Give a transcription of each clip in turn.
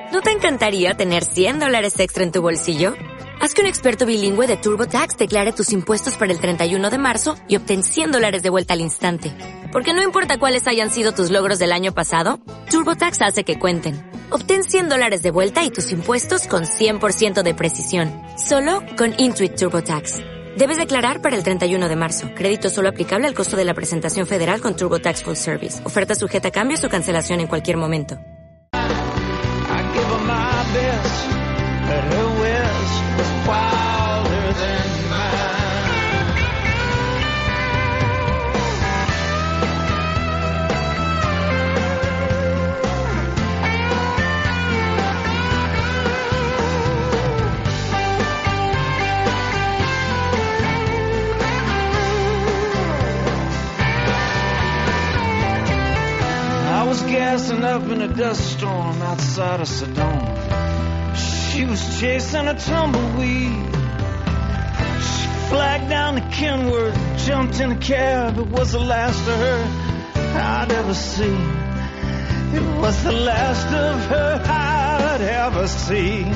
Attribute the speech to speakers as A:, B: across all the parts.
A: ¿No te encantaría tener $100 extra en tu bolsillo? Haz que un experto bilingüe de TurboTax declare tus impuestos para el 31 de marzo y obtén $100 de vuelta al instante. Porque no importa cuáles hayan sido tus logros del año pasado, TurboTax hace que cuenten. Obtén $100 de vuelta y tus impuestos con 100% de precisión. Solo con Intuit TurboTax. Debes declarar para el 31 de marzo. Crédito solo aplicable al costo de la presentación federal con TurboTax Full Service. Oferta sujeta a cambios o cancelación en cualquier momento.
B: Gassing up in a dust storm outside of Sedona. She was chasing a tumbleweed. She flagged down to Kenworth, jumped in a cab. It was the last of her I'd ever seen. It was the last of her I'd ever seen.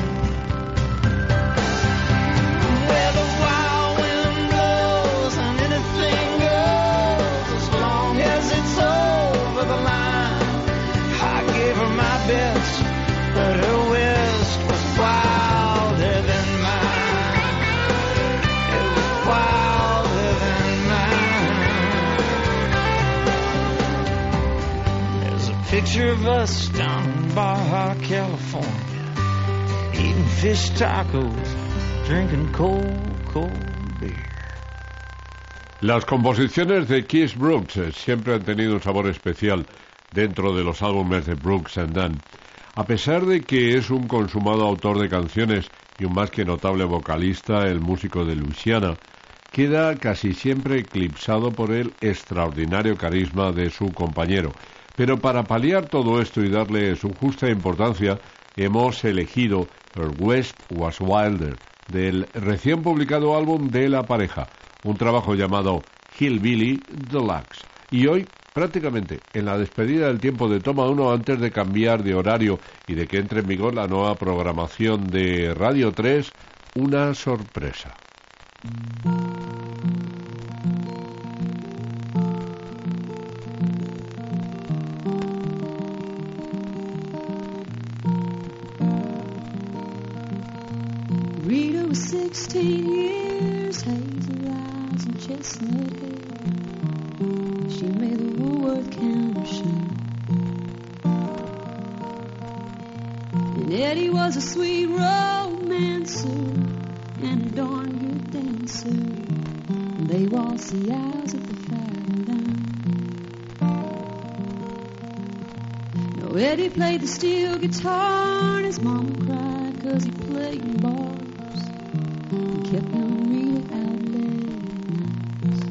B: Where the wild wind blows and anything goes as long as it's over the line. Gave her my best, but her west was wilder than mine. It was wilder than mine. There's a picture of us down in Baja California, eating fish tacos, drinking cold beer.
C: Las composiciones de Keith Brooks siempre han tenido un sabor especial dentro de los álbumes de Brooks and Dunn. A pesar de que es un consumado autor de canciones y un más que notable vocalista, el músico de Louisiana queda casi siempre eclipsado por el extraordinario carisma de su compañero. Pero para paliar todo esto y darle su justa importancia, hemos elegido el West Was Wilder, del recién publicado álbum de la pareja, un trabajo llamado Hillbilly Deluxe. Y hoy, prácticamente en la despedida del tiempo de Toma 1, antes de cambiar de horario y de que entre en vigor la nueva programación de Radio 3, una sorpresa.
D: Rita was 16 years, hazel eyes and chestnut hair. She made the Woolworth counter shine. And Eddie was a sweet romancer and a darn good dancer. And they waltzed the aisles at the fire line. No, Eddie played the steel guitar and his mama cried 'cause he played bars and kept young Rita out late nights.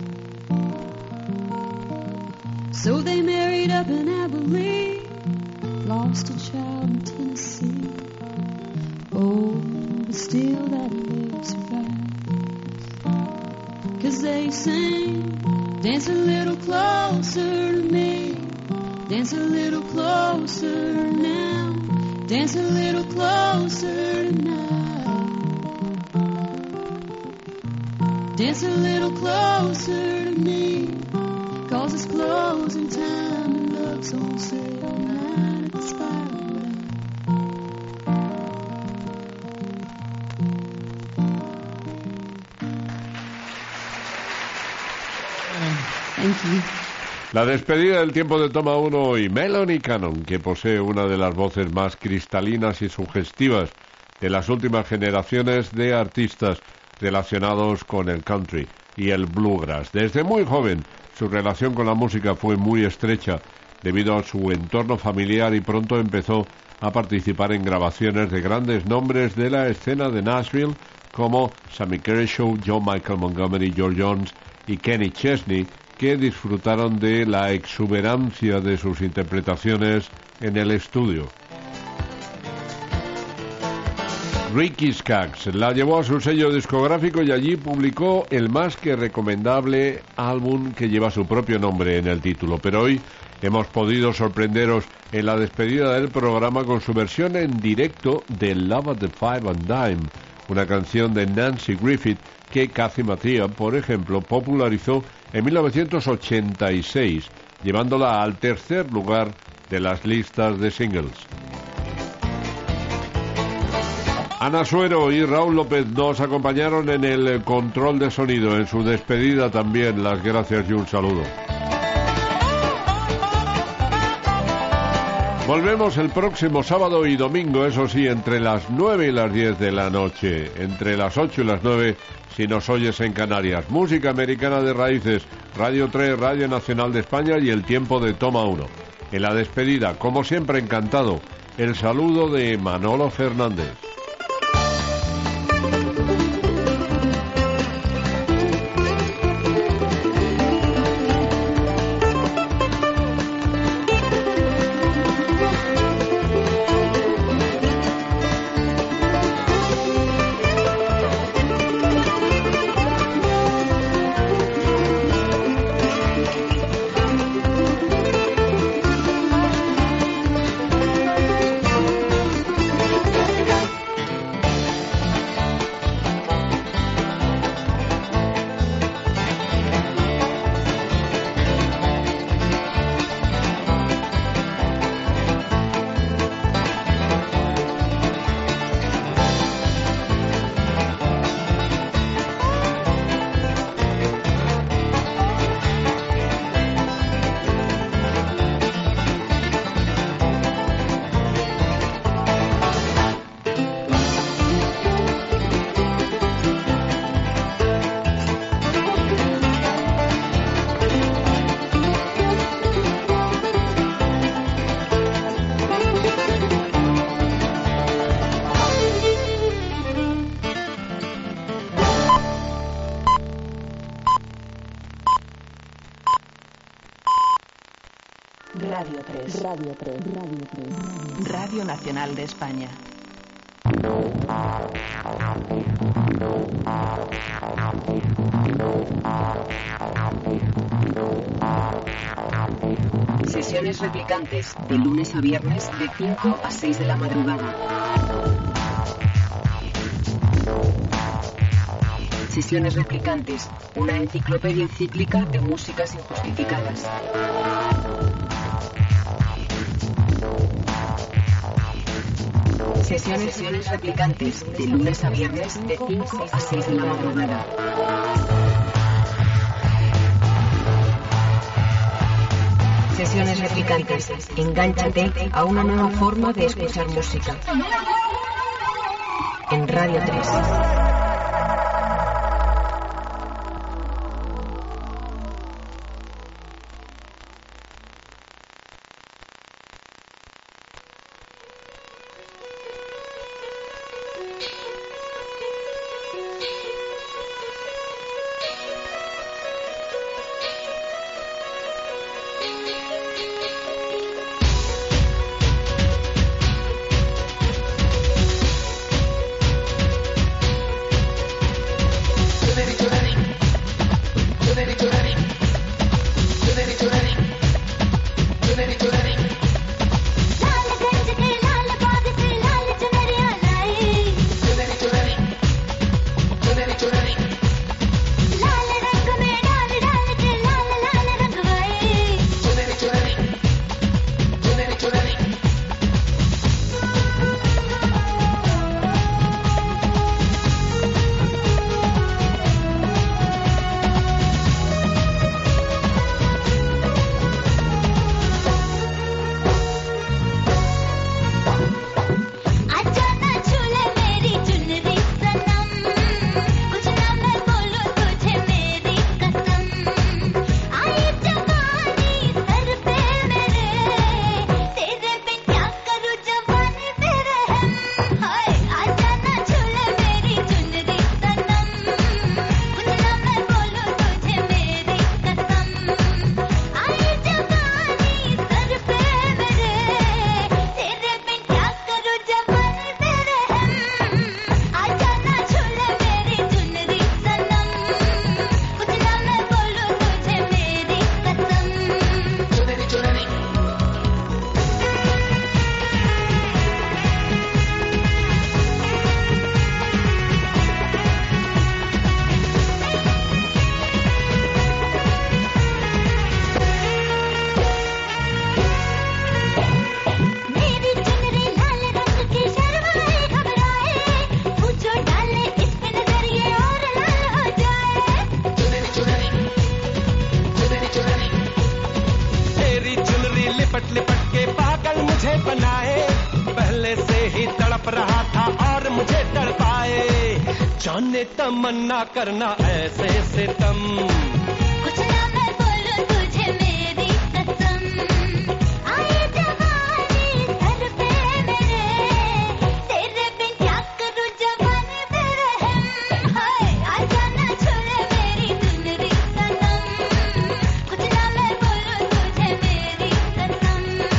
D: So they married up in Abilene, lost a child in Tennessee. Oh, but still that love survives. 'Cause they sing, dance a little closer to me, dance a little closer now, dance a little closer tonight, dance a little closer to me. 'Cause it's closing time and looks on sale night at the Spiral. Thank you.
C: La despedida del tiempo de Toma 1 y Melanie Cannon, que posee una de las voces más cristalinas y sugestivas de las últimas generaciones de artistas relacionados con el country y el bluegrass. Desde muy joven, su relación con la música fue muy estrecha debido a su entorno familiar y pronto empezó a participar en grabaciones de grandes nombres de la escena de Nashville como Sammy Kershaw, John Michael Montgomery, George Jones y Kenny Chesney, que disfrutaron de la exuberancia de sus interpretaciones en el estudio. Ricky Skaggs la llevó a su sello discográfico y allí publicó el más que recomendable álbum que lleva su propio nombre en el título. Pero hoy hemos podido sorprenderos en la despedida del programa con su versión en directo de Love at the Five and Dime, una canción de Nancy Griffith que Kathy Mattea, por ejemplo, popularizó en 1986, llevándola al tercer lugar de las listas de singles. Ana Suero y Raúl López nos acompañaron en el control de sonido. En su despedida también las gracias y un saludo. Volvemos el próximo sábado y domingo, eso sí, entre las 9 y las 10 de la noche, entre las 8 y las 9 si nos oyes en Canarias. Música americana de raíces, Radio 3, Radio Nacional de España y El Tiempo de Toma 1. En la despedida, como siempre, encantado, el saludo de Manolo Fernández.
E: Radio Nacional de España. Sesiones replicantes, de lunes a viernes, de 5 a 6 de la madrugada. Sesiones replicantes, una enciclopedia cíclica de músicas injustificadas. Sesiones replicantes, de lunes a viernes, de 5 a 6 de la madrugada. Sesiones replicantes, engánchate a una nueva forma de escuchar música. En Radio 3.
F: तड़प रहा था और मुझे तड़पाए जाने तमन्ना करना ऐसे सितम
D: कुछ ना मैं बोलूं तुझे मेरी कसम आए जवानी सर पे मेरे तेरे बिन क्या करूं जवानी पे रहम हाय आजा ना छोड़े मेरी चुनरी सनम कुछ ना मैं बोलूं तुझे मेरी कसम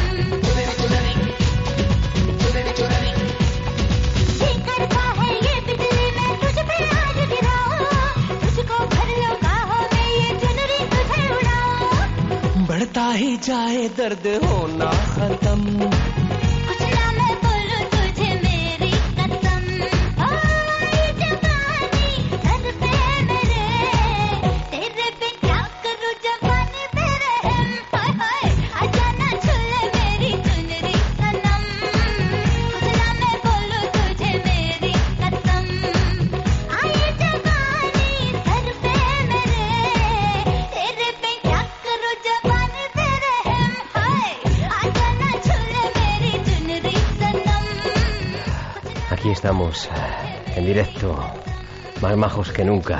D: जी करता है ये बिजली मैं तुझ पे आज गिराऊं तुझको भर लो बाहों में ये चुनरी तुझे उड़ाऊं
F: बढ़ता ही जाए दर्द होना खत्म
D: कुछ ना मैं बोलूं तुझे मेरी कसम आए जवानी सर पे मेरे तेरे बिन क्या करूं जवानी पे रहम हाय हाय आजा ना छूले मेरी चुनरी सनम कुछ ना मैं बोलूं तुझे मेरी कसम आए जवानी सर पे मेरे तेरे बिन क्या करूं जवानी पे रहम हाय आजा ना छूले मेरी चुनरी सनम
G: Aquí estamos, en directo, más majos que nunca.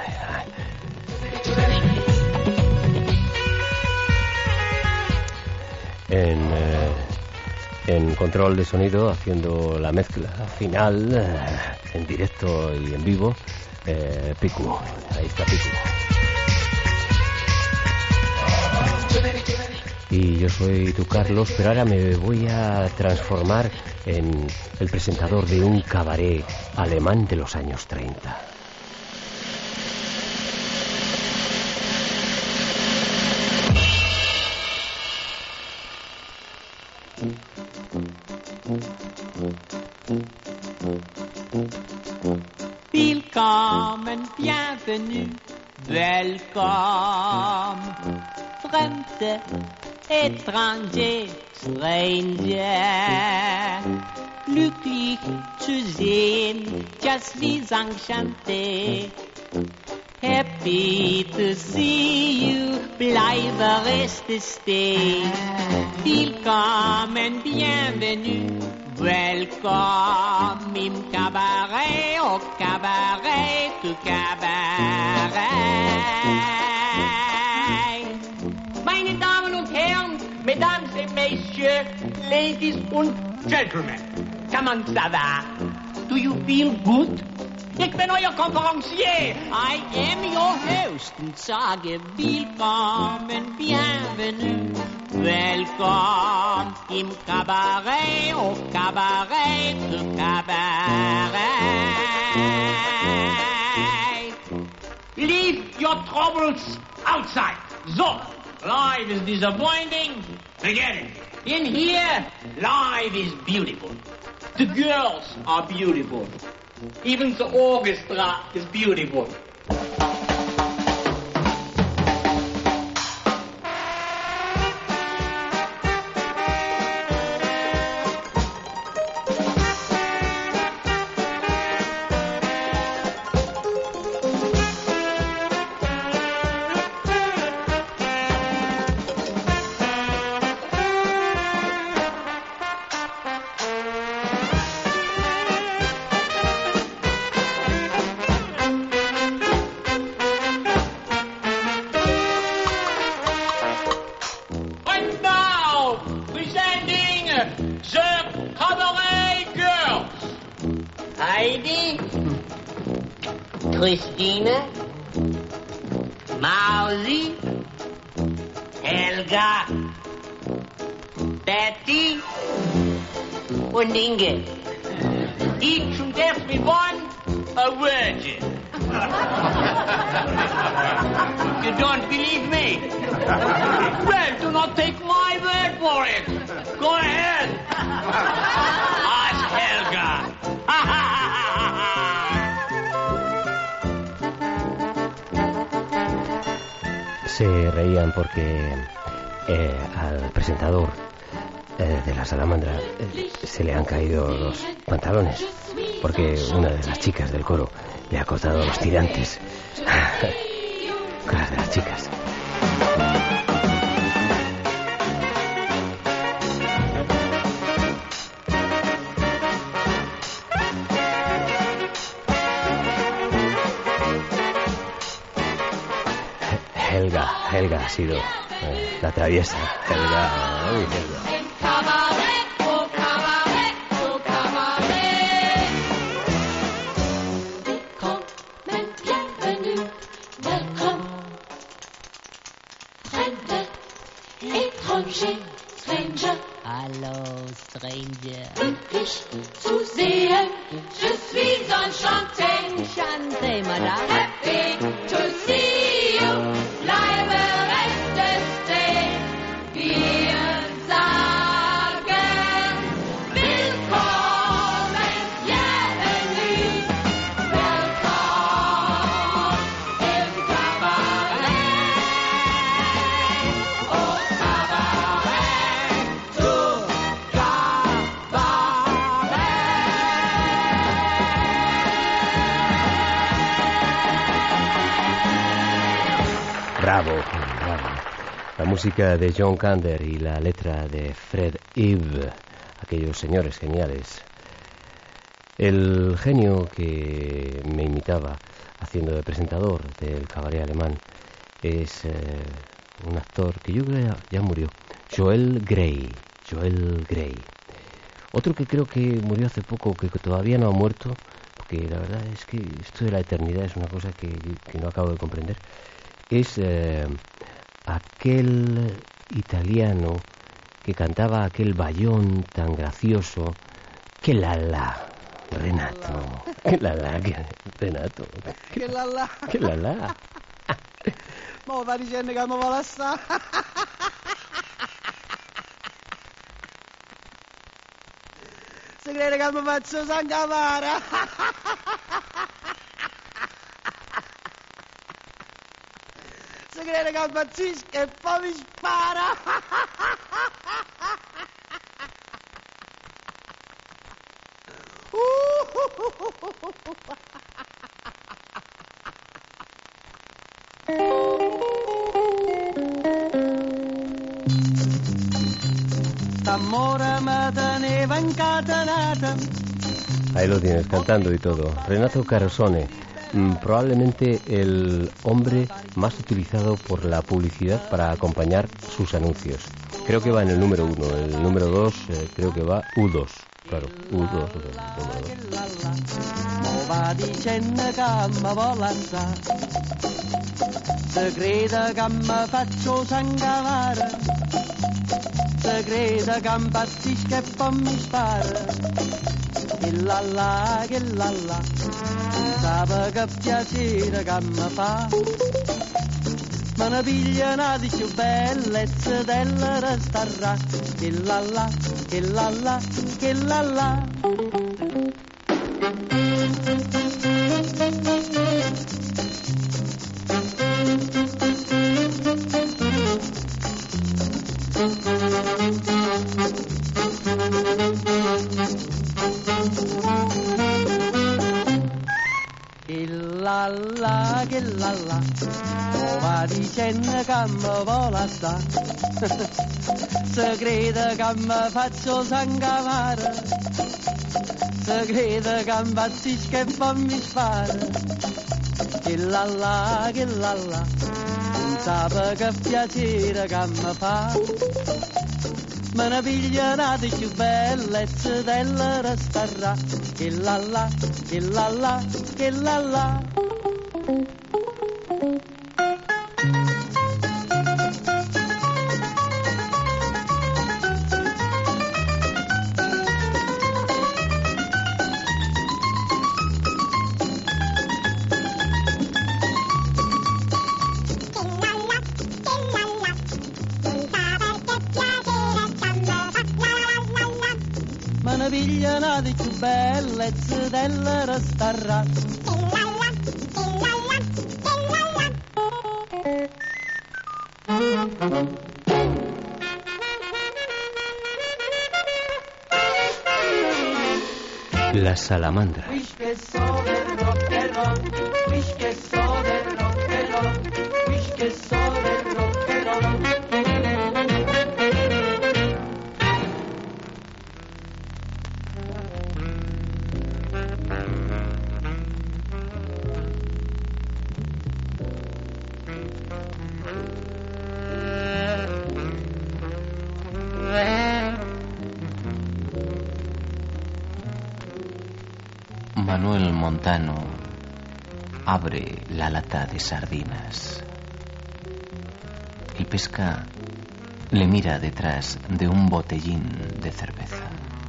G: En control de sonido, haciendo la mezcla final, en directo y en vivo, Piku. Ahí está Piku. Y yo soy tu Carlos, pero ahora me voy a transformar en el presentador de un cabaret alemán de los años 30.
H: Willkommen, bienvenue, welcome, Fremde, étranger, stranger, glücklich zu sehen, just wie enchanté, happy to see you, bleibe reste stay, willkommen, bienvenue, welcome im Cabaret, au Cabaret, du Cabaret. Meine Damen und Herren, Mesdames et Messieurs, Ladies und Gentlemen, comment ça va? Do you feel good? Ich bin euer Konferencier. I am your host und sage willkommen, bienvenue, welcome im Cabaret, au Cabaret, du Cabaret. Leave your troubles outside. So, life is disappointing. Forget it. In here, life is beautiful. The girls are beautiful. Even the orchestra is beautiful. Heidi, Christine, Mausi, Helga, Betty und Inge. Each and every one a virgin. You don't believe me? Well, do not take my word for it. Go ahead. Ask Helga.
G: Se reían porque al presentador de la salamandra se le han caído los pantalones, porque una de las chicas del coro le ha cortado los tirantes. Cosas de las chicas. Helga ha sido la traviesa. Helga, Helga.
I: Hallo, Stranger.
D: Glücklich zu sehen, je suis enchanté.
I: Enchanté, madame.
D: Happy to see you, bleibe recht stehen. Wir sagen willkommen, bienvenue, willkommen im Kabarett. Oh, Kabarett, du
G: Bravo, bravo. La música de John Kander y la letra de Fred Eve, aquellos señores geniales. El genio que me imitaba haciendo de presentador del cabaret alemán es un actor que yo creo ya murió, Joel Grey. Joel Grey. Otro que creo que murió hace poco, que todavía no ha muerto, porque la verdad es que esto de la eternidad es una cosa que no acabo de comprender, es aquel italiano que cantaba aquel bayón tan gracioso, que la Renato, que la Renato,
J: Che la la.
G: que la.
J: Ma va dicendo che mi vuole assare. Si crede che mi faccio sangavare. Si crede che impazzisco e poi mi spara. T'amore me teneva incatenata.
G: Ahí lo tienes, cantando y todo. Renato Carosone, probablemente el hombre más utilizado por la publicidad para acompañar sus anuncios. Creo que va en el número 1, el número 2 creo que va U2. Claro, U2, número 2.
J: Mo va dicendo che mi vuole assare. Se crede che mi faccio sangavare. Se crede che impazzisco e poi mi spara. Che la la, sape che piacere che mi fa. Me ne piglia una di più bellezza della restarà. Che la la, che la la, che la la. Che la la, va dicendo che mi vuole assare. Se crede che mi faccio sangavare. Se crede che impazzisco e poi mi spara. Che la la, non sape che piacere che mi fa. Me ne piglia una di più bellezza della restarà. Che la la, che la la, che la la. Me ne piglia una di più bellezza della restarà.
G: La salamandra.
K: Manuel Montano abre la lata de sardinas. El pesca le mira detrás de un botellín de cerveza.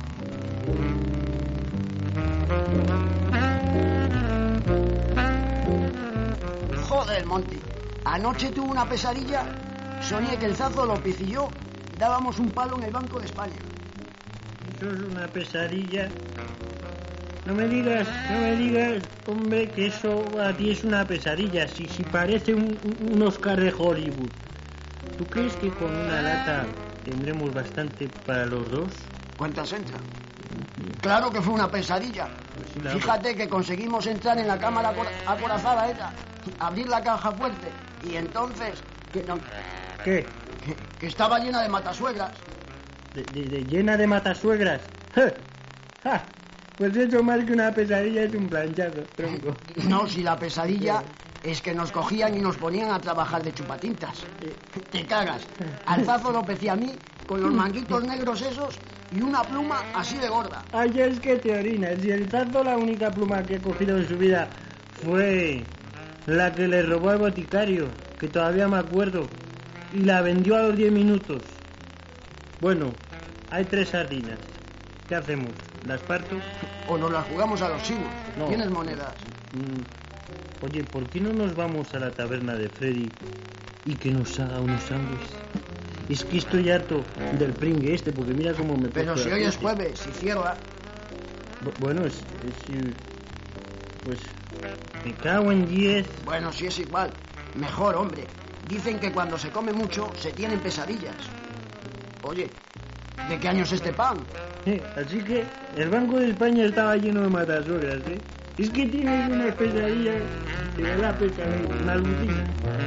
L: Joder, Monty. Anoche tuve una pesadilla. Soñé que el Zazo López y yo dábamos un palo en el Banco de España.
M: Eso es una pesadilla. No me digas, hombre, que eso a ti es una pesadilla. Si parece un Oscar de Hollywood. ¿Tú crees que con una lata tendremos bastante para los dos?
L: ¿Cuántas entran? Claro que fue una pesadilla.
M: Pues sí, claro.
L: Fíjate que conseguimos entrar en la cámara acorazada esa, abrir la caja fuerte y entonces...
M: ¿Qué?
L: Que estaba llena de matasuegras.
M: ¿Llena de matasuegras? ¡Ja! Pues eso más que una pesadilla es un planchazo, tronco.
L: No, si la pesadilla es que nos cogían y nos ponían a trabajar de chupatintas. Te cagas. Al Zazo López y a mí, con los manguitos negros esos y una pluma así de gorda.
M: Ay, es que te orinas. Si el Zazo la única pluma que ha cogido en su vida fue la que le robó al boticario, que todavía me acuerdo, y la vendió a los 10 minutos. Bueno, hay 3 sardinas. ¿Qué hacemos? ¿Las parto?
L: O nos las jugamos a los chinos.
M: No.
L: ¿Tienes monedas?
M: Oye, ¿por qué no nos vamos a la taberna de Freddy y que nos haga unos sándwiches? Es que estoy harto del pringue este, porque mira cómo me...
L: Pero si hoy es jueves, si cierra...
M: Bueno, pues... me cago en 10.
L: Bueno, si es igual. Mejor, hombre. Dicen que cuando se come mucho se tienen pesadillas. Oye, ¿de qué año es este pan?
M: Así que el Banco de España estaba lleno de matasuegras, ¿eh? Es que tienes una pesadilla que me da pesadilla, una alucina.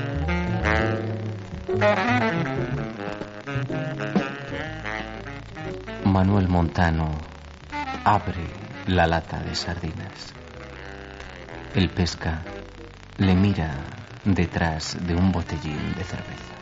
K: Manuel Montano abre la lata de sardinas. El pesca le mira detrás de un botellín de cerveza.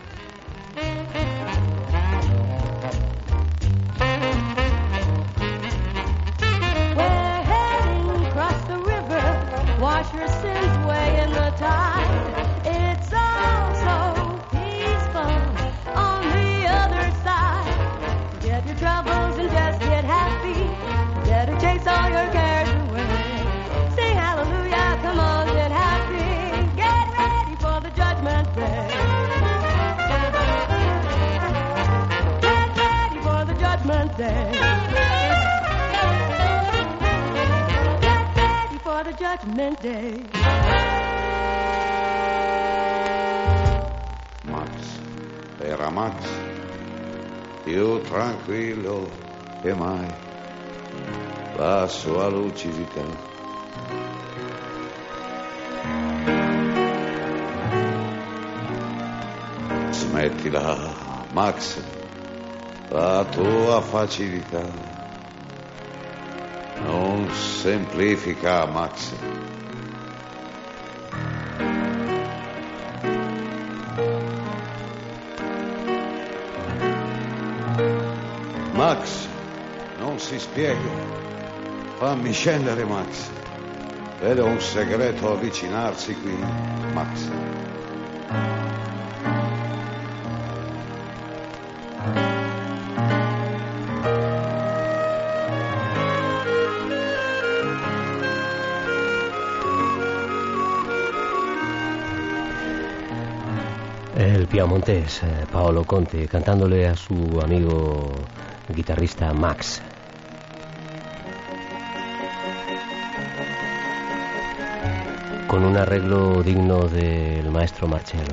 N: Wash your sins away in the tide. It's all so peaceful on the other side. Forget your troubles and just get happy. Better chase all your cares away. Sing hallelujah, come on, get happy. Get ready for the judgment day. Get ready for the judgment day. The judgment day.
O: Max, era Max, più tranquillo che mai, la sua lucidità. Smettila, Max, la tua facilità. Non semplifica, Max. Max, non si spiega. Fammi scendere, Max. Vedo un segreto avvicinarsi qui, Max.
G: El piamontés Paolo Conte cantándole a su amigo guitarrista Max. Con un arreglo digno del maestro Marcello.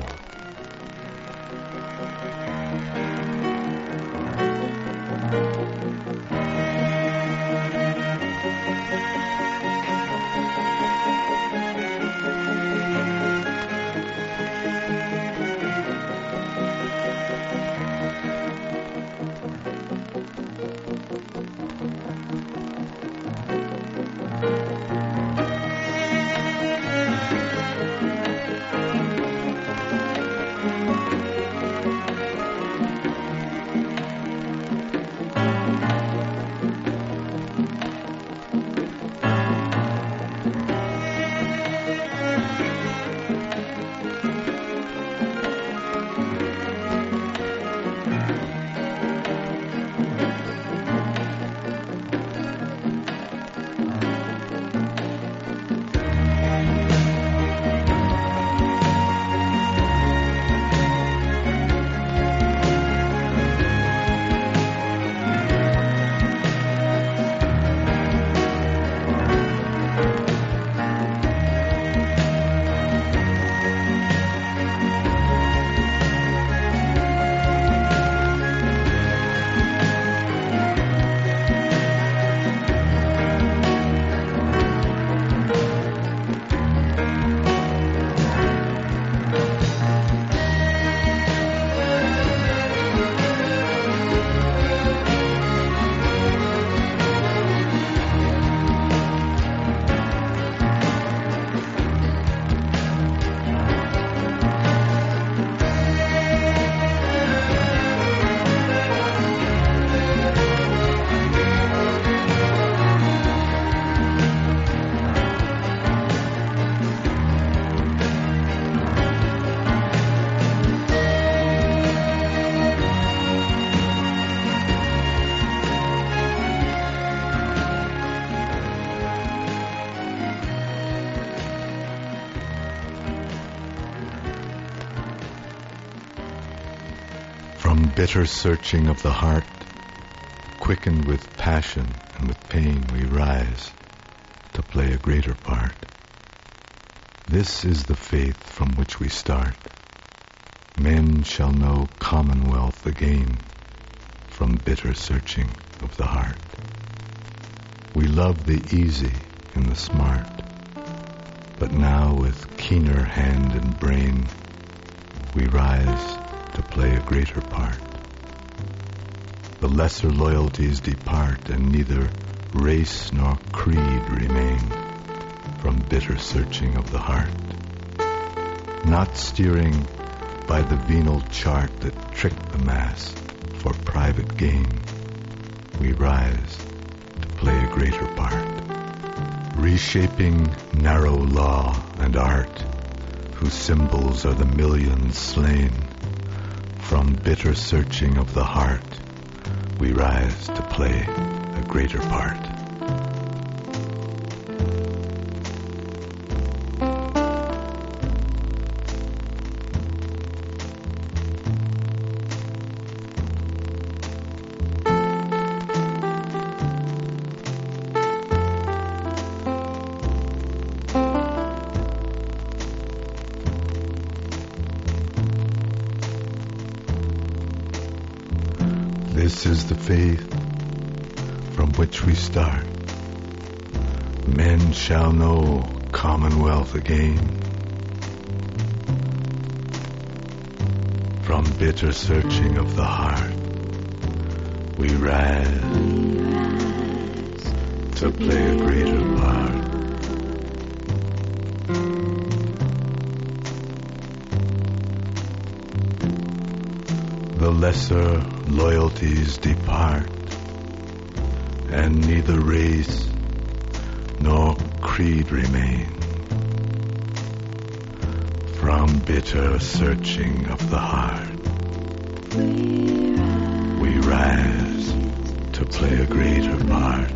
P: bitter searching of the heart, quickened with passion and with pain, we rise to play a greater part. This is the faith from which we start. Men shall know commonwealth again from bitter searching of the heart. We love the easy and the smart, but now with keener hand and brain, we rise to play a greater part. The lesser loyalties depart, and neither race nor creed remain from bitter searching of the heart. Not steering by the venal chart that tricked the mass for private gain, we rise to play a greater part. Reshaping narrow law and art, whose symbols are the millions slain, from bitter searching of the heart, we rise to play a greater part. This is the faith from which we start. Men shall know commonwealth again. From bitter searching of the heart, we rise to play a greater part. The lesser loyalties depart, and neither race nor creed remain. From bitter searching of the heart, we rise to play a greater part.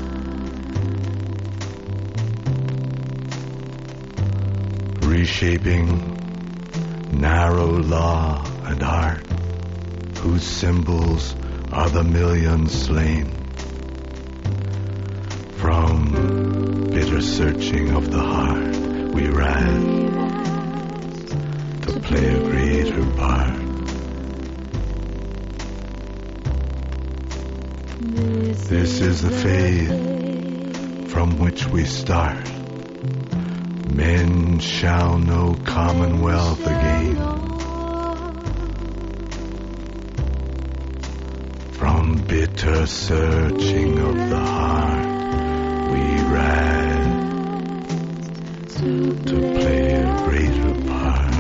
P: Reshaping narrow law and art, whose symbols are the millions slain. From bitter searching of the heart, we rise to play a greater part. This is the faith from which we start. Men shall know commonwealth again. From bitter searching of the heart, we rise to play a greater part.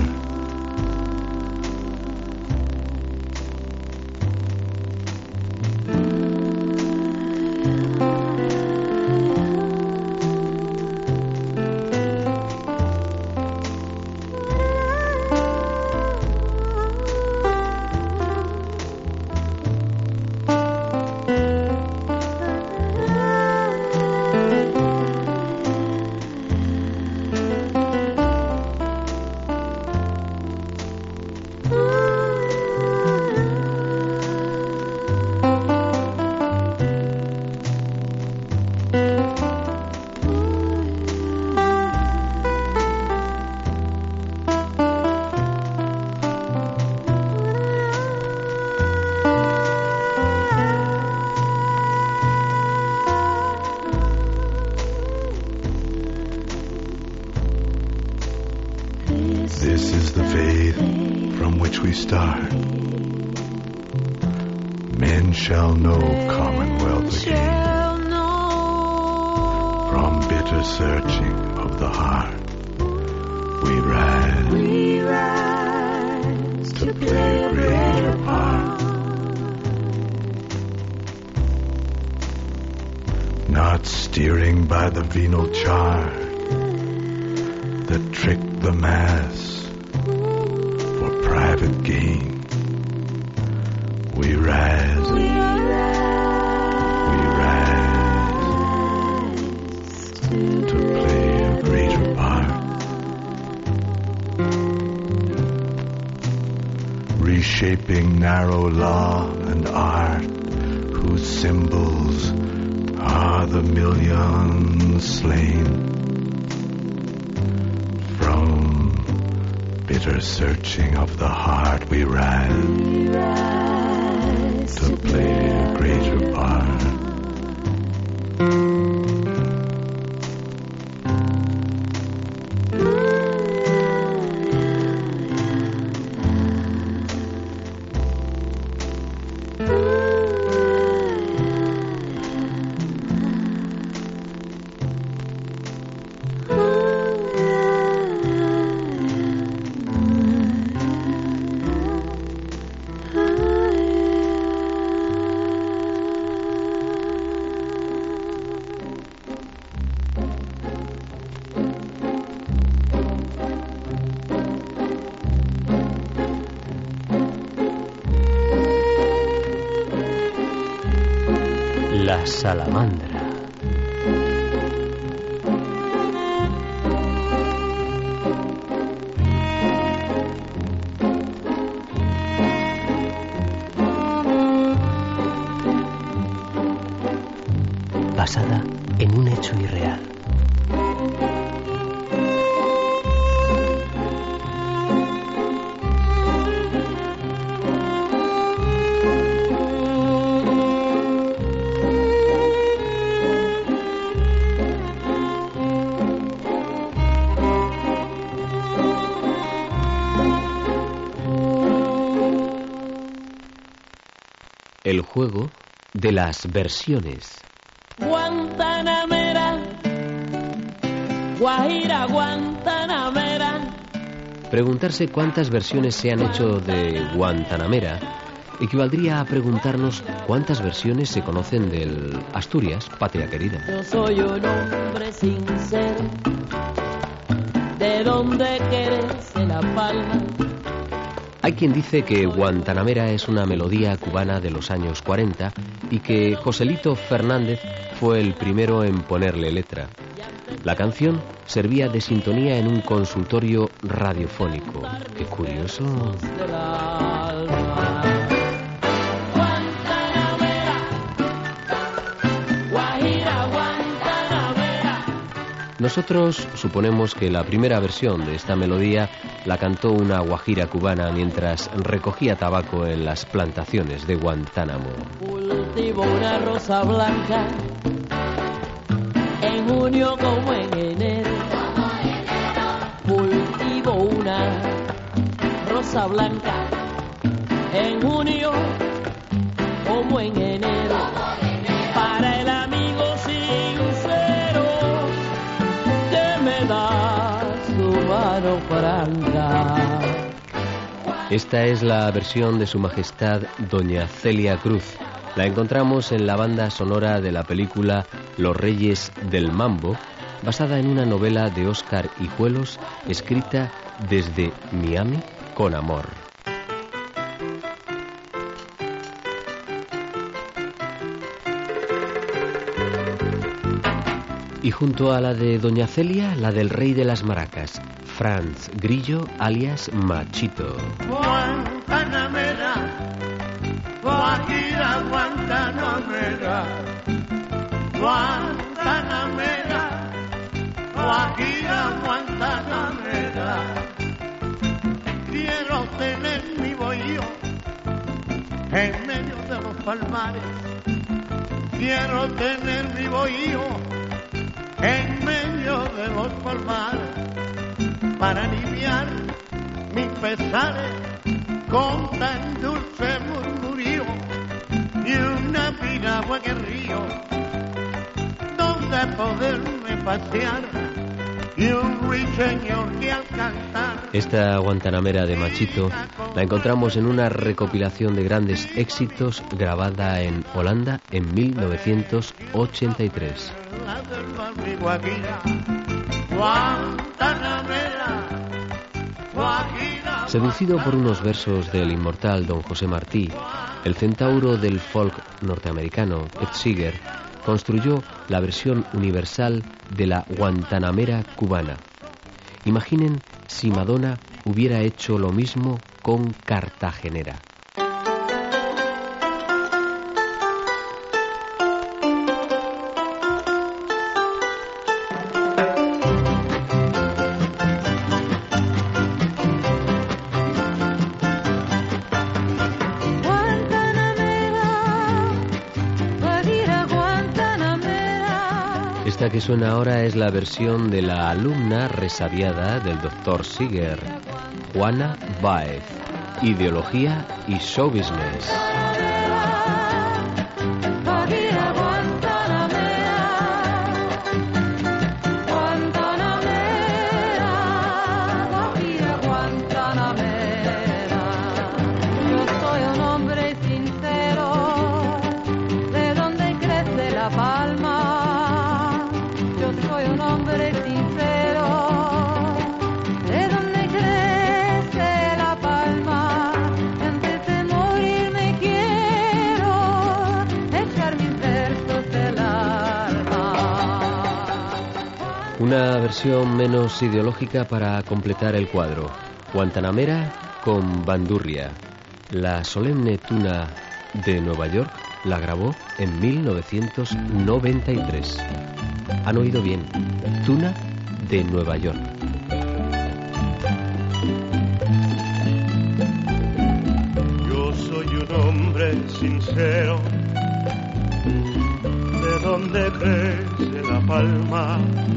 P: This is the faith from which we start. Men shall know commonwealth again. From bitter searching of the heart, we rise to play a greater part. Not steering by the venal chart that tricked the mass for private gain. We rise to play a greater part. shaping narrow law and art, whose symbols are the millions slain. From bitter searching of the heart we rise to play a greater part.
G: La salamandra. Basada en un hecho irreal. El juego de las versiones.
Q: Guantanamera, Guajira, Guantanamera.
G: Preguntarse cuántas versiones se han hecho de Guantanamera equivaldría a preguntarnos cuántas versiones se conocen del Asturias, patria querida.
Q: Yo soy un hombre sincero, de donde crece la palma.
G: Hay quien dice que Guantanamera es una melodía cubana de los años 40 y que Joselito Fernández fue el primero en ponerle letra. La canción servía de sintonía en un consultorio radiofónico. ¡Qué curioso! Nosotros suponemos que la primera versión de esta melodía la cantó una guajira cubana mientras recogía tabaco en las plantaciones de Guantánamo.
Q: Cultivo una rosa blanca en junio como en enero. Cultivo una rosa blanca en junio como en enero. Para el amigo sincero que me da su mano franca.
G: Esta es la versión de Su Majestad Doña Celia Cruz. La encontramos en la banda sonora de la película Los Reyes del Mambo, basada en una novela de Óscar Hijuelos, escrita desde Miami con amor. Y junto a la de Doña Celia, la del Rey de las Maracas, Franz Grillo, alias Machito.
R: Guantanamera, Guajira, Guantanamera, Guantanamera, Guajira, Guantanamera. Quiero tener mi bohío en medio de los palmares. Quiero tener mi bohío en medio de los palmares para aliviar mis pesares con tan dulce murmurío y una piragua en el río donde poderme pasear y un ruiseñor que al cantar.
G: Esta Guantanamera de Machito la encontramos en una recopilación de grandes éxitos grabada en Holanda en 1983. Seducido por unos versos del inmortal Don José Martí, el centauro del folk norteamericano Pete Seeger construyó la versión universal de la Guantanamera cubana. Imaginen si Madonna hubiera hecho lo mismo con Cartagenera. Esta que suena ahora es la versión de la alumna resabiada del Dr. Seeger, Juana Baez, Ideología y Show Business. Una versión menos ideológica para completar el cuadro. Guantanamera con bandurria. La solemne tuna de Nueva York la grabó en 1993. Han oído bien. Tuna de Nueva York.
R: Yo soy un hombre sincero. ¿De dónde crece la palma?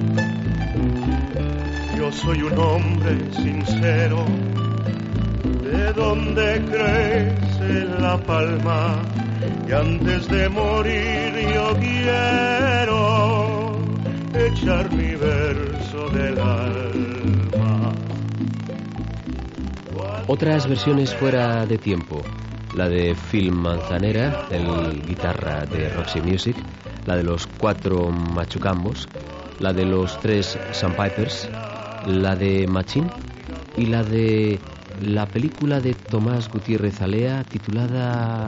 R: Yo soy un hombre sincero, de donde crece la palma, y antes de morir yo quiero echar mi verso del alma.
G: Otras versiones fuera de tiempo. La de Phil Manzanera, el guitarra de Roxy Music, la de los 4 Machucambos, la de los 3 Sandpipers, la de Machín y la de la película de Tomás Gutiérrez Alea titulada...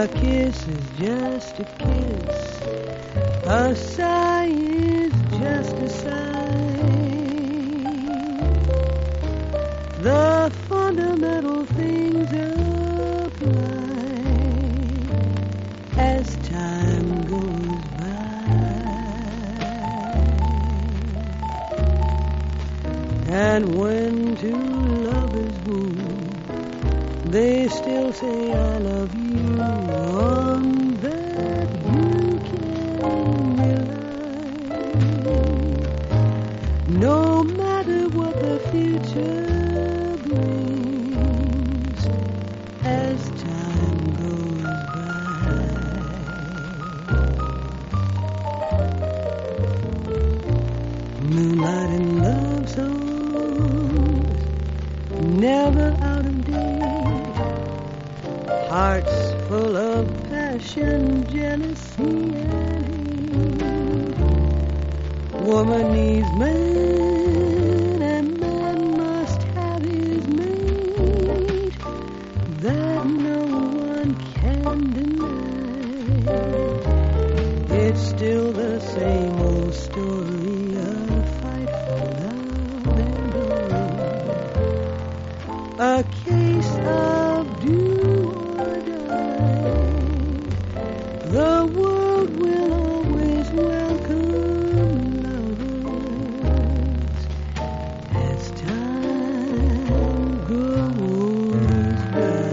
J: A kiss is just a kiss. A sigh is just a sigh. The fundamental things apply as time goes by. And when two lovers woo, they still say I love you. On that you can rely. No matter what the future brings, as time goes by. Moonlight and love songs, never out of date. Hearts full of passion, jealousy, and hate. Woman needs man, and man must have his mate. That no one can deny. It's still the same old story, a fight for love and glory. A case of do or die. The world will always welcome lovers as time goes by.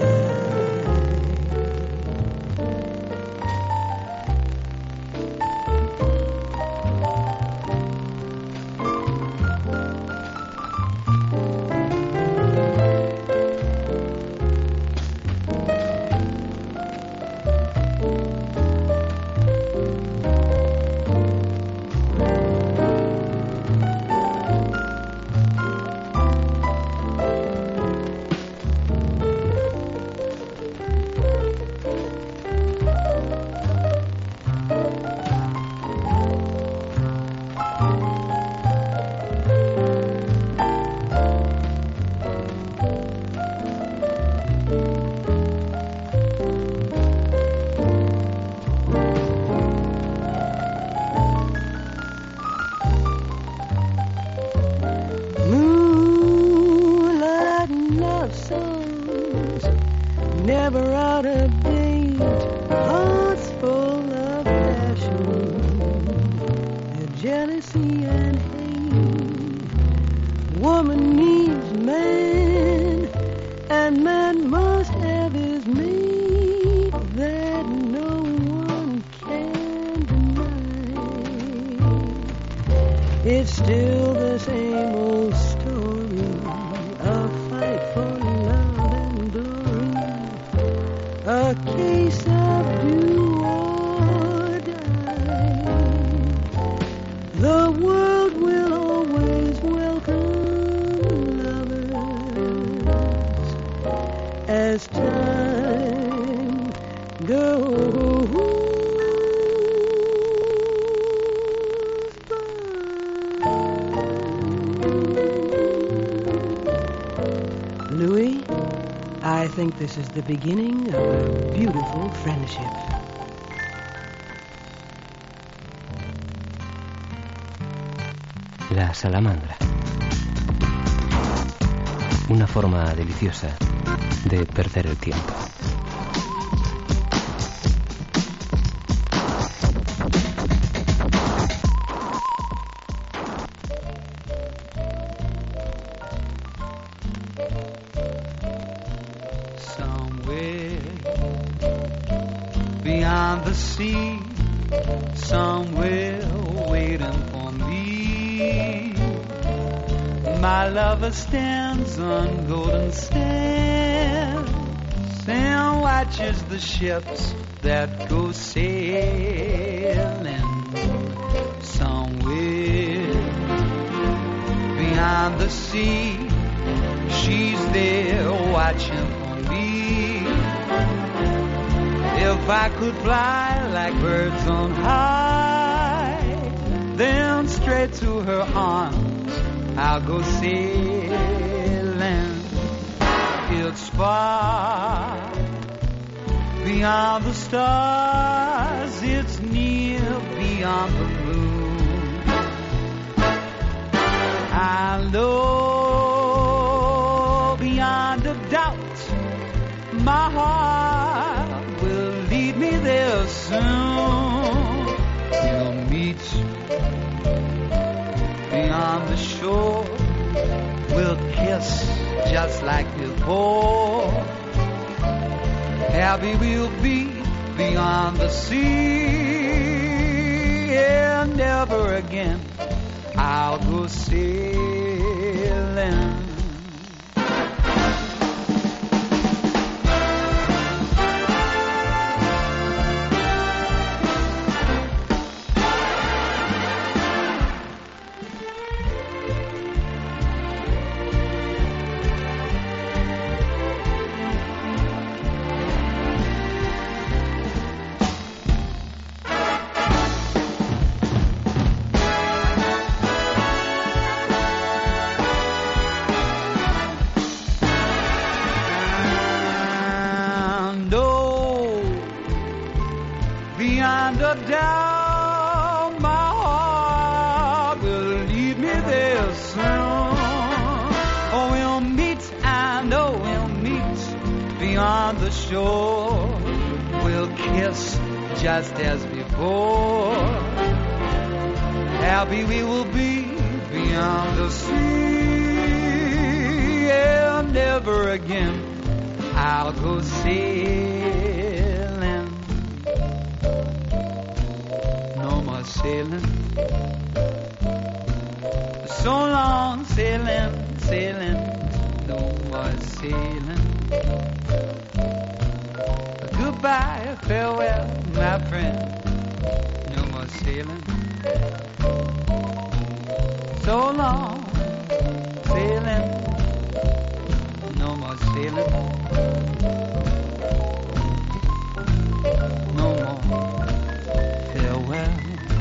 J: Never out of date, hearts full of passion, jealousy and hate. Woman needs man, and man must have his mate. That no one can deny. It's still the same old story, a fight for love and glory. A case of do or die. The world will always welcome lovers as time goes by. Louis, I think this is the beginning of a beautiful friendship.
G: La salamandra. Una forma deliciosa de perder el tiempo.
B: Beyond the sea, somewhere waiting for me. My lover stands on golden sands and watches the ships that go sailing. Somewhere beyond the sea, she's there watching for me. If I could fly like birds on high, then straight to her arms I'll go sailing. It's far beyond the stars, it's near beyond the moon. I know beyond a doubt my heart will lead me there soon. We'll meet beyond the shore, we'll kiss just like before. Happy we'll be beyond the sea, and never again I'll go sailing. Beyond a doubt, my heart will lead me there soon. Oh, we'll meet, I know we'll meet beyond the shore. We'll kiss just as before. Happy we will be beyond the sea, and never again I'll go sailing. Sailing, so long sailing, sailing, no more sailing. Goodbye, farewell, my friend, no more sailing. So long sailing, no more sailing. No more farewell.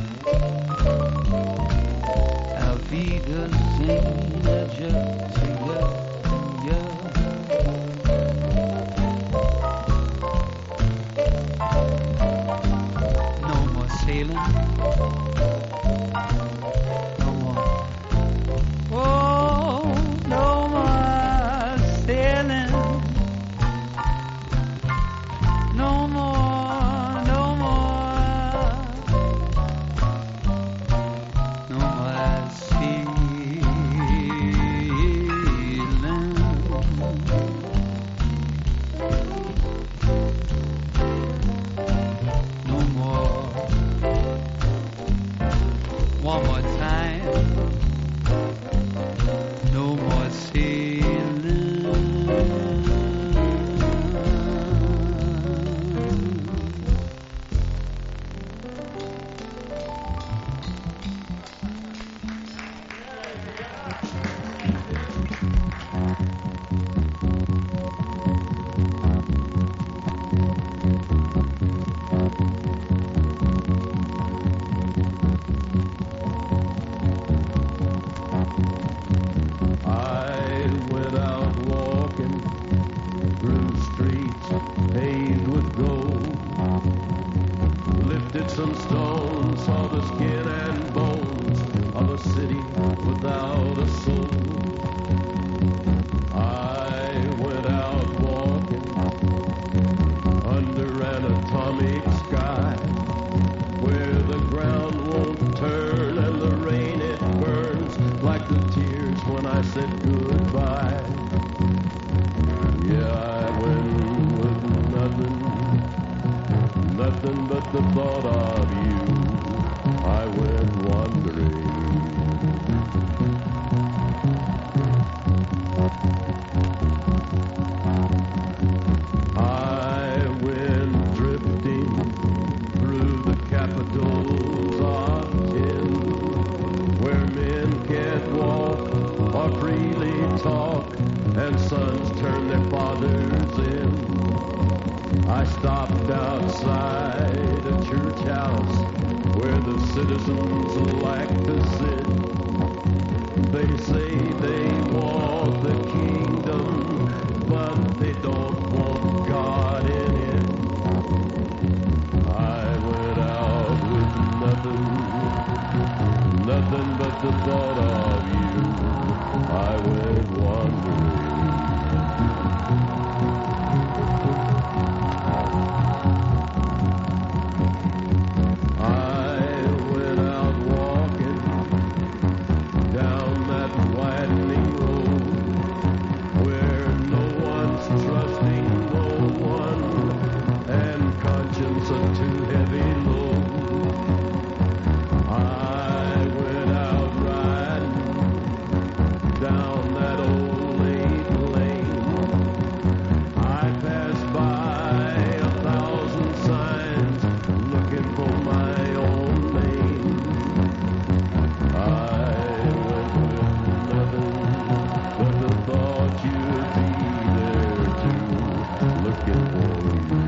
B: No more sailing. No more. Oh, no more sailing. No more, no more. No more sailing. No more. One more time. No more sailing.
S: Some stones, saw the skin and bones of a city without a soul. I went out walking under an atomic sky, where the ground won't turn and the rain it burns like the tears when I said goodbye. Yeah, I went with nothing but the thought of you. I went wandering. I went drifting through the capitals of tin, where men can't walk or freely talk, and sons turn their fathers in. I stopped outside a church house where the citizens like to sit. They say they want the kingdom, but they don't want God in it. nothing but the thought of you. I went wandering. I went out walking down that winding road where no one's trusting no one and conscience a too heavy load. I went out riding down that old late lane. I passed by 1,000 signs looking for my own name. I went with nothing but the thought you'd be there too, looking for you.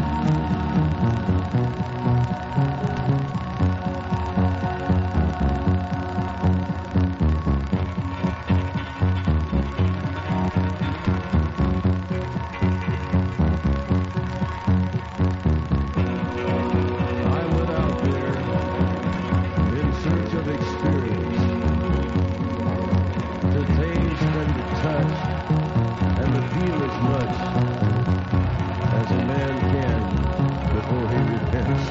S: I went out there in search of experience, to taste and to touch and to feel as much as a man can before he repents.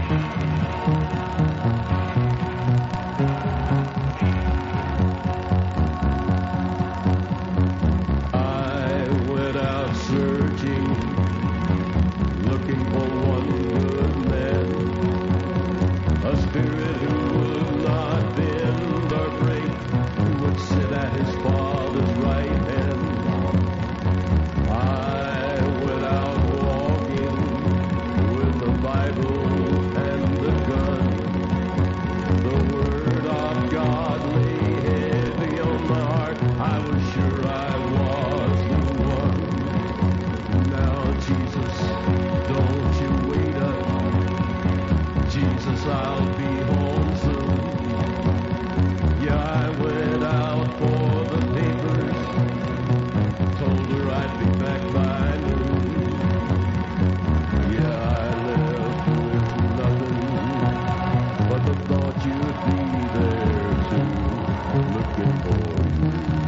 S: I went out searching, looking for one good man, a spirit who would not bend or break, who would sit at his Father's right hand. I went out walking with the Bible and the gun. The Word of God lay heavy on my heart. I was sure I was the one. Now, Jesus, don't you wait up. Jesus, I'll be home soon. Yeah, I went out for the papers, told her I'd be back by noon. Yeah, I left with nothing but the thought you'd be there too, looking for you.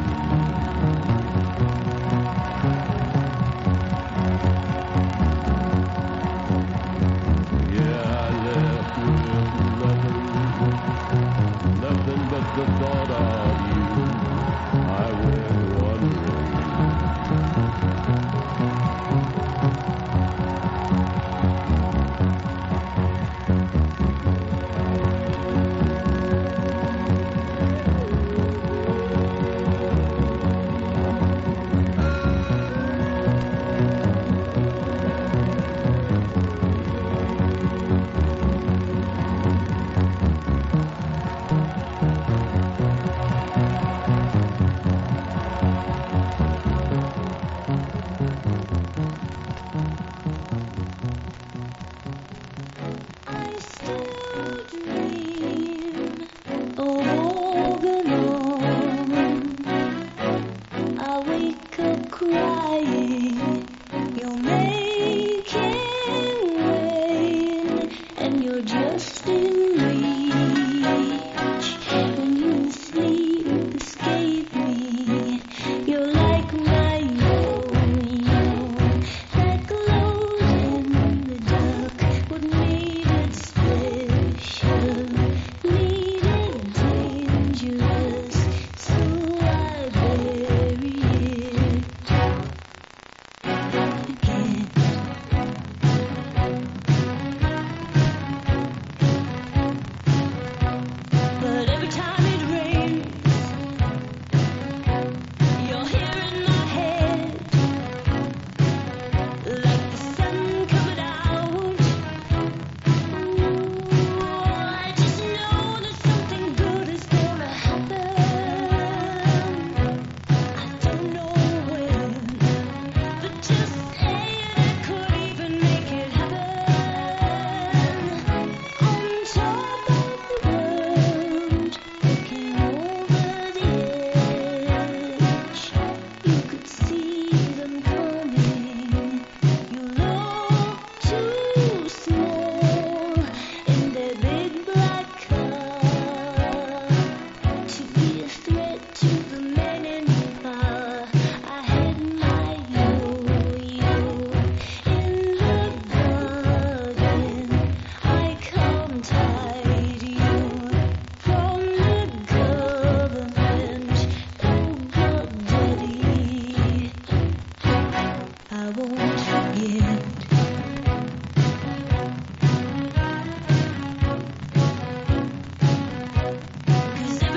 S: Yeah, I left with nothing but the thought of you. I went wandering.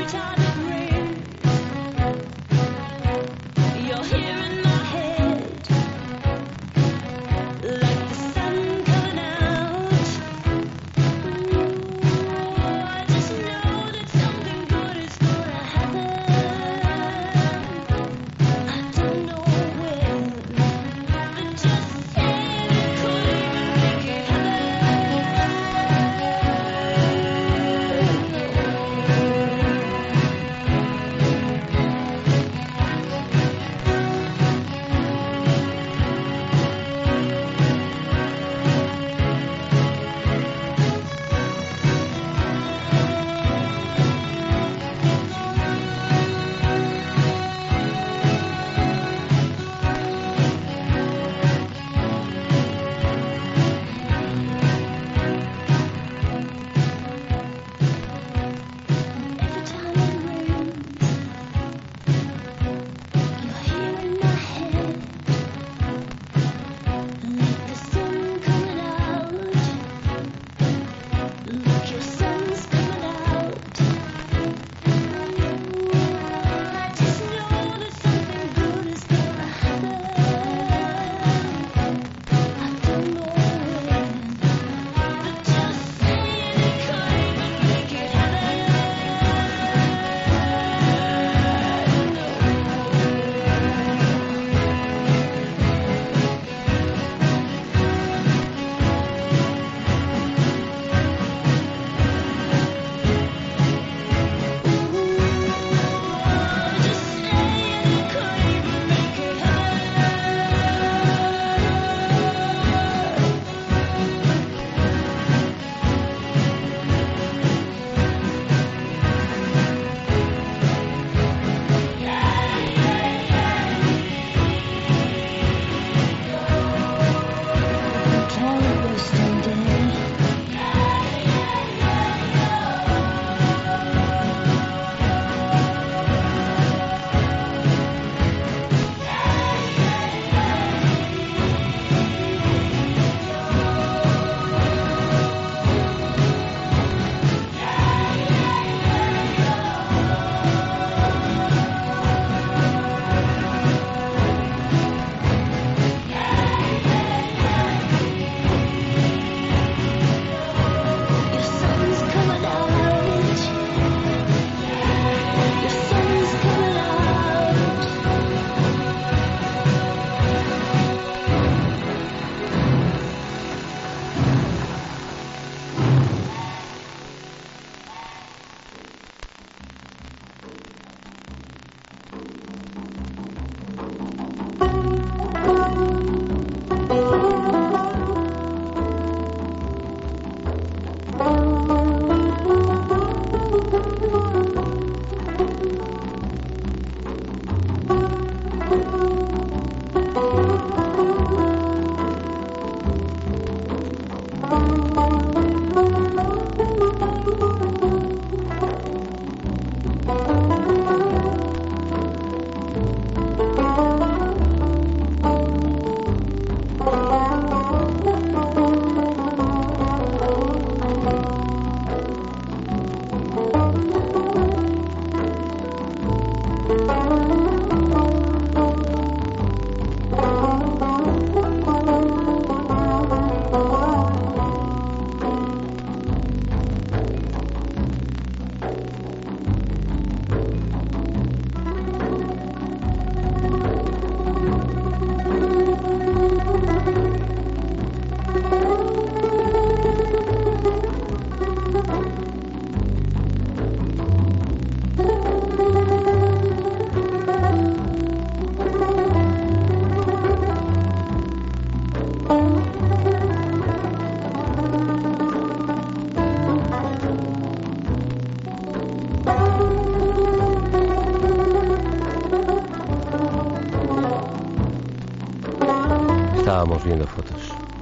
G: Estábamos viendo fotos.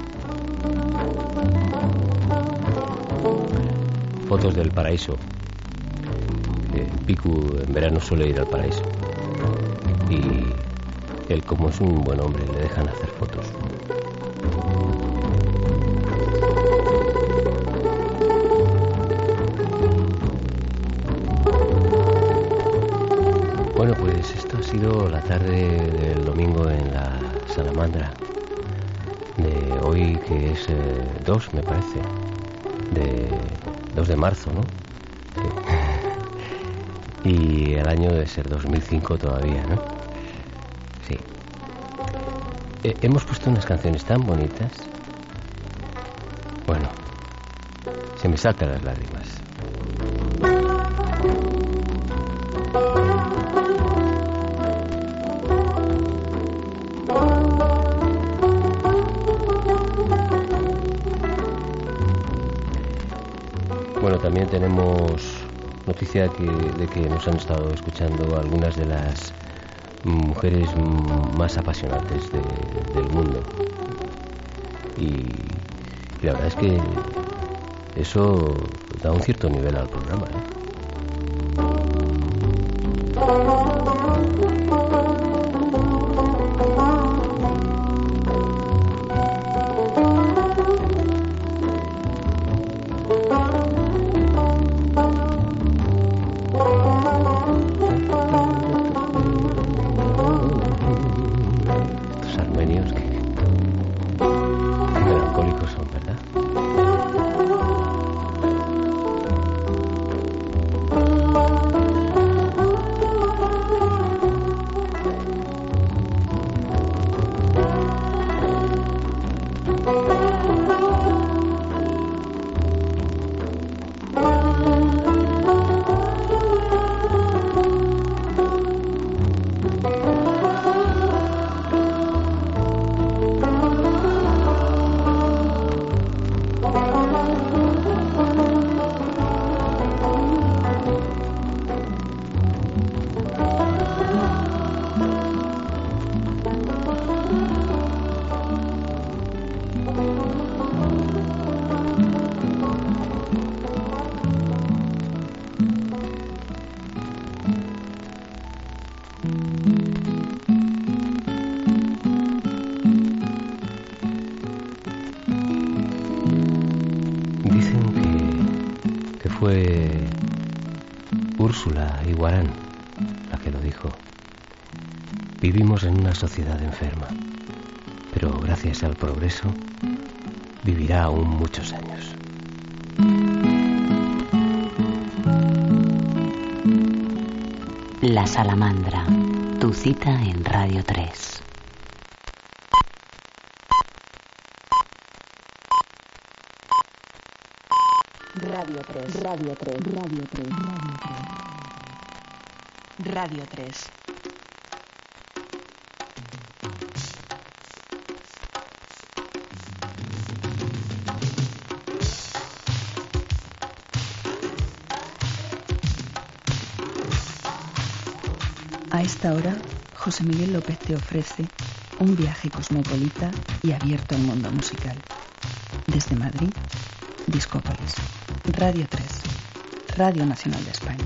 G: Fotos del paraíso. Piku en verano suele ir al paraíso. Y él, como es un buen hombre, le dejan hacer fotos. Bueno, pues esto ha sido la tarde del domingo en la Salamandra. De hoy, que es 2, me parece. De 2 de marzo, ¿no? Sí. Y el año debe ser 2005 todavía, ¿no? Sí. Hemos puesto unas canciones tan bonitas. Bueno, se me saltan las lágrimas. Bueno, también tenemos noticia de que nos han estado escuchando algunas de las mujeres más apasionantes del mundo. Y la verdad es que eso da un cierto nivel al programa, ¿eh? Fue Úrsula Iguarán la que lo dijo. Vivimos en una sociedad enferma, pero gracias al progreso vivirá aún muchos años.
T: La Salamandra, tu cita en Radio 3.
E: Radio 3, Radio 3, Radio 3, Radio 3. Radio 3.
U: A esta hora, José Miguel López te ofrece un viaje cosmopolita y abierto al mundo musical. Desde Madrid, Discópolis. Radio 3, Radio Nacional de España.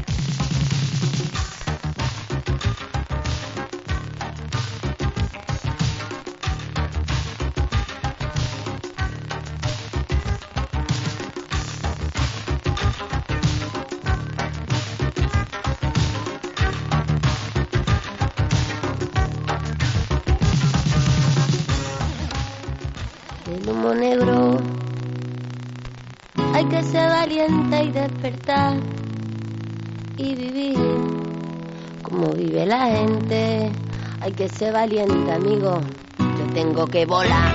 V: El humo negro, hay que ser valiente y despertar y vivir como vive la gente. Hay que ser valiente, amigo, yo tengo que volar.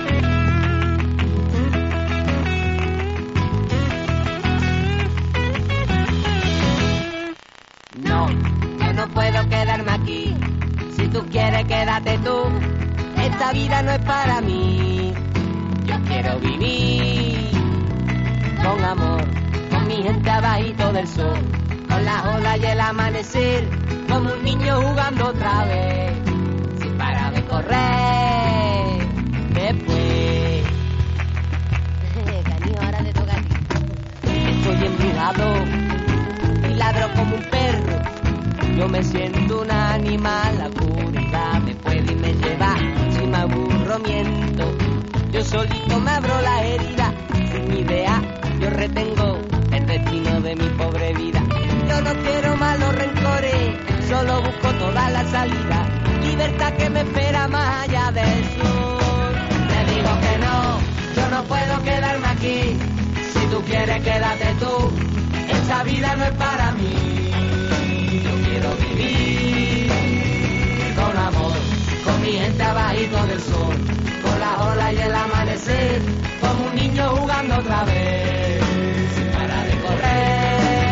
V: No, yo no puedo quedarme aquí. Si tú quieres, quédate tú. Esta vida no es para mí. Yo quiero vivir con amor, con mi gente abajito del sol, con las olas y el amanecer, como un niño jugando otra vez, sin parar de correr. Después, canijo, ahora te toca a ti. Estoy embrujado y ladro como un perro. Yo me siento un animal, la curiosidad me puede y me lleva. Si me aburro, miento. Yo solito me abro la herida, sin idea. Yo retengo el destino de mi pobre vida. Yo no quiero malos rencores, solo busco toda la salida, libertad que me espera más allá del sur. Te digo que no, yo no puedo quedarme aquí, si tú quieres quédate tú, esta vida no es para mí. Yo quiero vivir con amor, con mi gente abajito del sol, con las olas y el amanecer, como un niño jugando otra vez, sin parar de correr.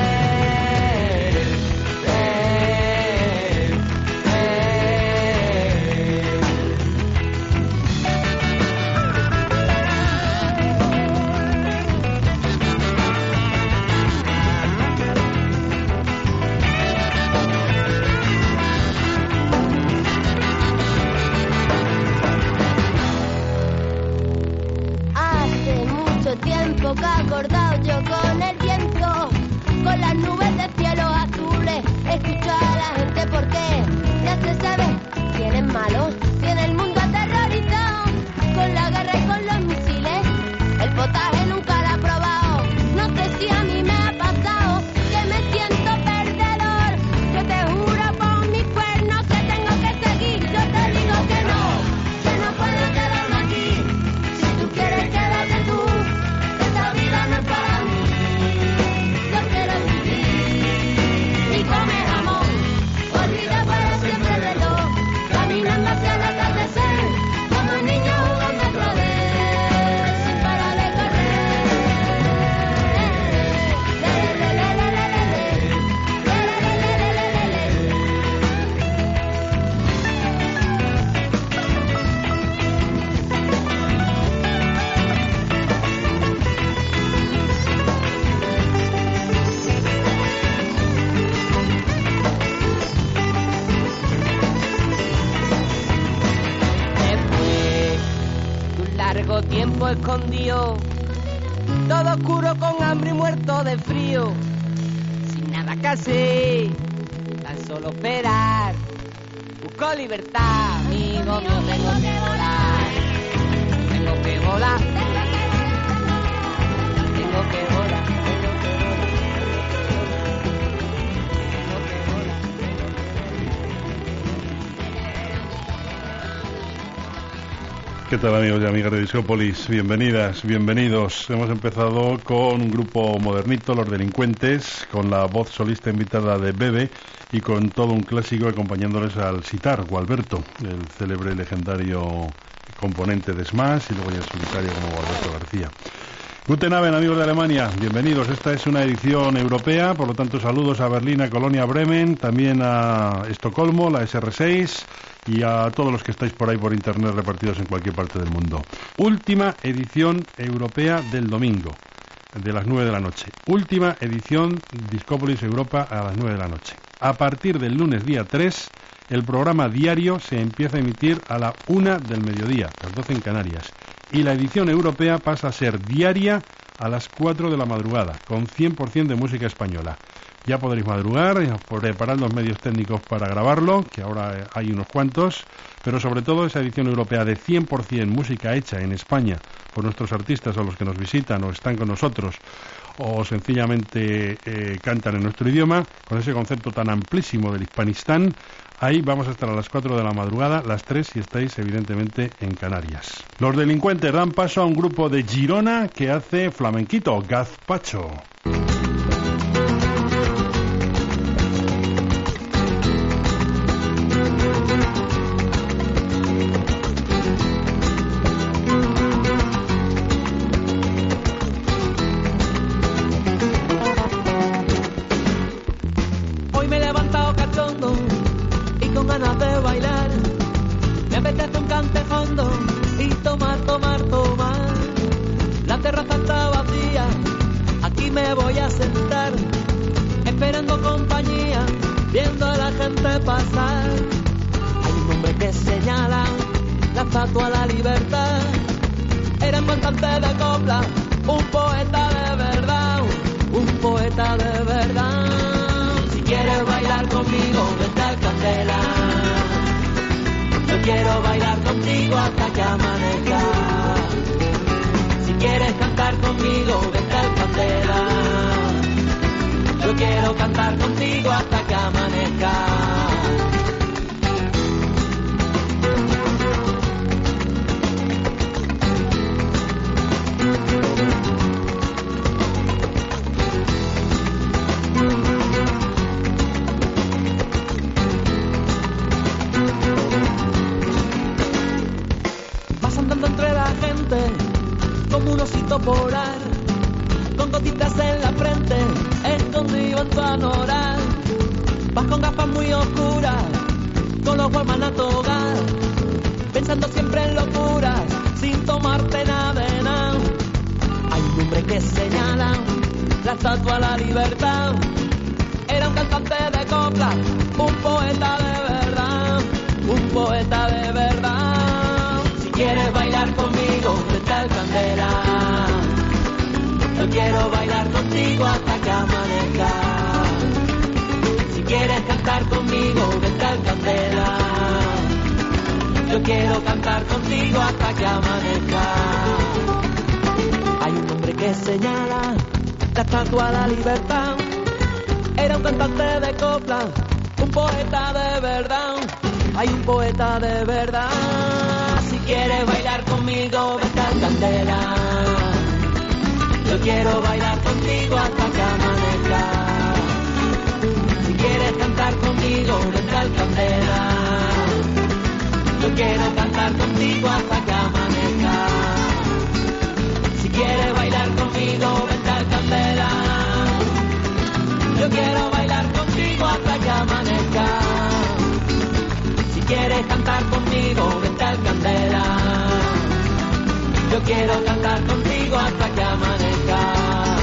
A: Tiempo que acordado yo con el viento, con las nubes de cielos azules, escucho a la gente porque ya se sabe quién es malo, tiene el mundo aterrorizado, con la guerra y con los misiles, el potaje nunca lo ha probado, no sé si a mí me ha pasado, que me siento perdedor, yo te juro por mis cuernos que tengo que seguir, yo te digo que no puedo quedarme aquí, si tú quieres quédate tú. Esta vida no es para mí, yo quiero vivir y comer jamón, olvida para siempre el reloj, caminando hacia el atardecer, como un niño jugando otra vez, sin parar de
V: largo tiempo escondido, todo oscuro con hambre y muerto de frío, sin nada que hacer, tan solo esperar, busco libertad, amigo mío, tengo que volar, tengo que volar, tengo que volar.
C: ¿Qué tal, amigos y amigas de Discópolis? Bienvenidas, bienvenidos. Hemos empezado con un grupo modernito, Los Delincuentes, con la voz solista invitada de Bebe y con todo un clásico acompañándoles al sitar, Gualberto, el célebre legendario componente de Smash y luego ya en solitario como Gualberto García. Guten Abend, amigos de Alemania, bienvenidos. Esta es una edición europea, por lo tanto saludos a Berlín, a Colonia, Bremen, también a Estocolmo, la SR6 y a todos los que estáis por ahí por internet repartidos en cualquier parte del mundo. Última edición europea del domingo, de las 9 de la noche. Última edición Discópolis Europa a las 9 de la noche. A partir del lunes día 3, el programa diario se empieza a emitir a la 1 del mediodía, las 12 en Canarias. Y la edición europea pasa a ser diaria a las 4 de la madrugada, con 100% de música española. Ya podréis madrugar, preparar los medios técnicos para grabarlo, que ahora hay unos cuantos, pero sobre todo esa edición europea de 100% música hecha en España por nuestros artistas o los que nos visitan o están con nosotros o sencillamente cantan en nuestro idioma, con ese concepto tan amplísimo del Hispanistán. Ahí vamos a estar a las 4 de la madrugada, las 3 si estáis evidentemente en Canarias. Los Delincuentes dan paso a un grupo de Girona que hace flamenquito, gazpacho.
V: Hoy me he levantado cachondo y con ganas de bailar. Me apetece un cante fondo y tomar. La terraza está vacía, aquí me voy a sentar, esperando compañía, viendo a la gente pasar. Hay un hombre que señala la estatua a la libertad. Era un cantante de copla, un poeta de verdad, un poeta de verdad. Si quieres bailar conmigo, vente al Candela. Yo quiero bailar contigo hasta que amanezca. Si quieres cantar conmigo, vente al Candela. Yo quiero cantar contigo hasta que amanezca.
J: tanto anorar. Vas con gafas muy oscuras, con los Walkman a togar, pensando siempre en locuras, sin tomarte nada de nada. Hay un hombre que señala la estatua a la libertad. Era un cantante de copla, un poeta de verdad, un poeta de verdad. Si quieres bailar conmigo, vete al Candela. Yo quiero bailar contigo hasta que amanezca. Si quieres cantar conmigo, vete al Candela. Yo quiero cantar contigo hasta que amanezca. Hay un hombre que señala la estatua a la libertad. Era un cantante de copla, un poeta de verdad. Hay un poeta de verdad. Si quieres bailar conmigo, vete al Candela. Yo quiero bailar contigo hasta que amanezca. Si quieres cantar conmigo, vete al Candela. Yo quiero cantar contigo hasta que amanezca. Si quieres bailar conmigo, vete al Candela. Yo quiero bailar contigo hasta que amanezca. Si quieres cantar conmigo, vete al Candela. Yo quiero cantar contigo hasta que amanezca.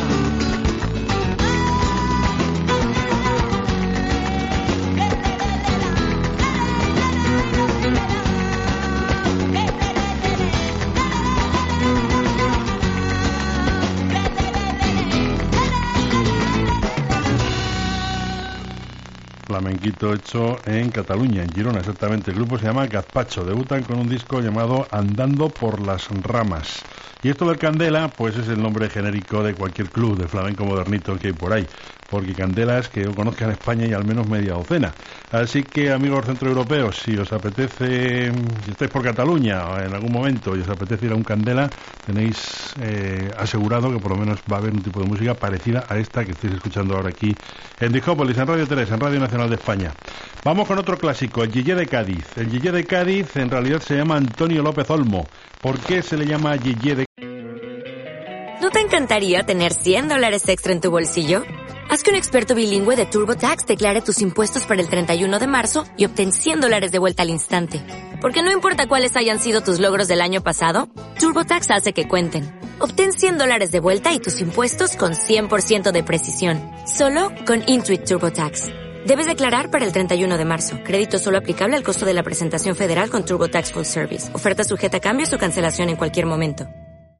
C: Flamenquito hecho en Cataluña, en Girona exactamente. El grupo se llama Gazpacho, debutan con un disco llamado Andando por las Ramas. Y esto del Candela, pues es el nombre genérico de cualquier club de flamenco modernito que hay por ahí, porque candelas que yo conozca en España hay al menos media docena. Así que, amigos centroeuropeos, si os apetece, si estáis por Cataluña o en algún momento y os apetece ir a un Candela, tenéis asegurado que por lo menos va a haber un tipo de música parecida a esta que estáis escuchando ahora aquí en Discópolis, en Radio 3, en Radio Nacional de España. Vamos con otro clásico, el Yeye de Cádiz. El Yeye de Cádiz en realidad se llama Antonio López Olmo. ¿Por qué se le llama Yeye de Cádiz?
F: ¿No te encantaría tener $100 extra en tu bolsillo? Haz que un experto bilingüe de TurboTax declare tus impuestos para el 31 de marzo y obtén $100 de vuelta al instante. Porque no importa cuáles hayan sido tus logros del año pasado, TurboTax hace que cuenten. Obtén $100 de vuelta y tus impuestos con 100% de precisión. Solo con Intuit TurboTax. Debes declarar para el 31 de marzo. Crédito solo aplicable al costo de la presentación federal con TurboTax Full Service. Oferta sujeta a cambios o cancelación en cualquier momento.